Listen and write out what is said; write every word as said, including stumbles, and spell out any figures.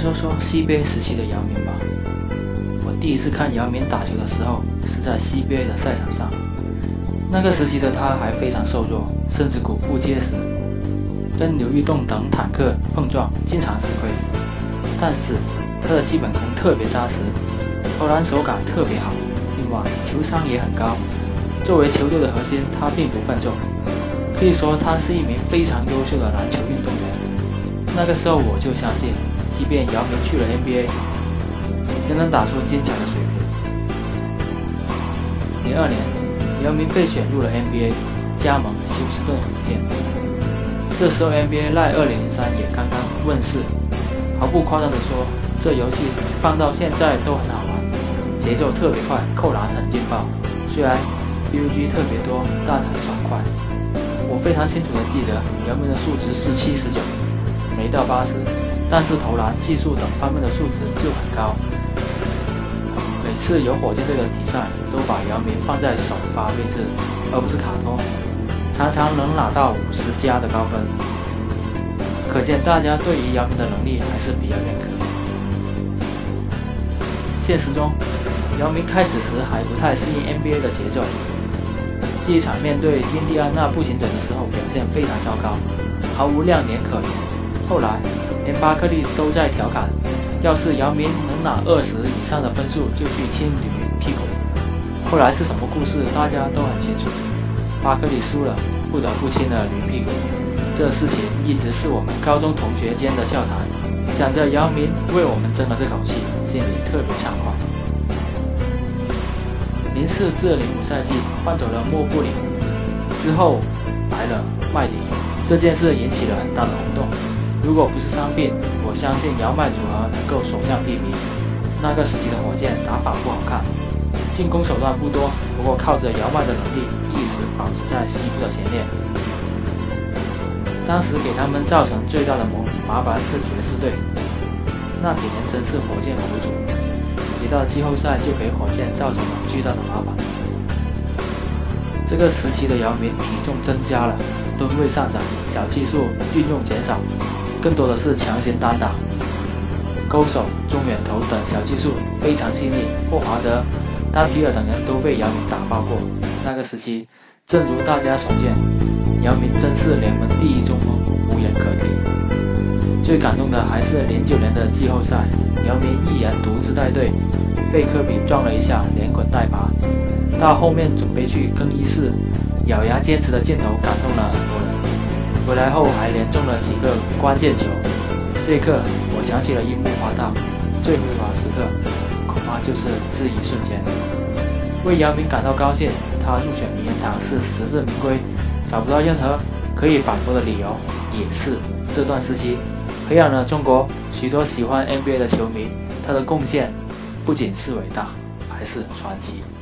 说说 C B A 时期的姚明吧。我第一次看姚明打球的时候是在 C B A 的赛场上，那个时期的他还非常瘦弱，甚至骨不结实，跟刘玉栋等坦克碰撞经常吃亏。但是他的基本功特别扎实，投篮手感特别好，另外球商也很高。作为球队的核心，他并不笨重，可以说他是一名非常优秀的篮球运动员。那个时候我就相信，即便姚明去了 N B A， 也能打出坚强的水平。零二年，姚明被选入了 N B A， 加盟休斯顿火箭。这时候 N B A Live 二零零三也刚刚问世，毫不夸张地说，这游戏放到现在都很好玩，节奏特别快，扣篮很劲爆。虽然 B U G 特别多，但很爽快。我非常清楚地记得，姚明的数值是七十九，没到八十，但是投篮、技术等方面的素质就很高。每次有火箭队的比赛，都把姚明放在首发位置，而不是卡托，常常能拿到五十加的高分。可见大家对于姚明的能力还是比较认可。现实中，姚明开始时还不太适应 N B A 的节奏。第一场面对印第安纳步行者的时候，表现非常糟糕，毫无亮点可言。后来连巴克利都在调侃，要是姚明能拿二十以上的分数，就去亲女屁股。后来是什么故事，大家都很清楚。巴克利输了，不得不亲了女屁股。这事情一直是我们高中同学间的笑谈。想着姚明为我们争了这口气，心里特别畅快。零四至零五赛季换走了莫布里，之后来了麦迪，这件事引起了很大的轰动。如果不是伤病，我相信姚麦组合能够所向披靡。那个时期的火箭打法不好看，进攻手段不多，不过靠着姚麦的能力，一直保持在西部的前列。当时给他们造成最大的麻烦是爵士队，那几年真是火箭苦主。一到季后赛就给火箭造成了巨大的麻烦。这个时期的姚明体重增加了，吨位上涨，小技术运用减少，更多的是强行单打、勾手、中远投等小技术非常细腻。霍华德、丹皮尔等人都被姚明打爆过。那个时期，正如大家所见，姚明真是联盟第一中锋，无言可敌。最感动的还是零九年的季后赛，姚明一人独自带队，被科比撞了一下，连滚带爬，到后面准备去更衣室，咬牙坚持的镜头感动了很多人。回来后还连中了几个关键球，这一刻我想起了樱木花道，最辉煌时刻恐怕就是这一瞬间。为姚明感到高兴，他入选名人堂是实至名归，找不到任何可以反驳的理由。也是这段时期培养了中国许多喜欢 N B A 的球迷，他的贡献不仅是伟大，还是传奇。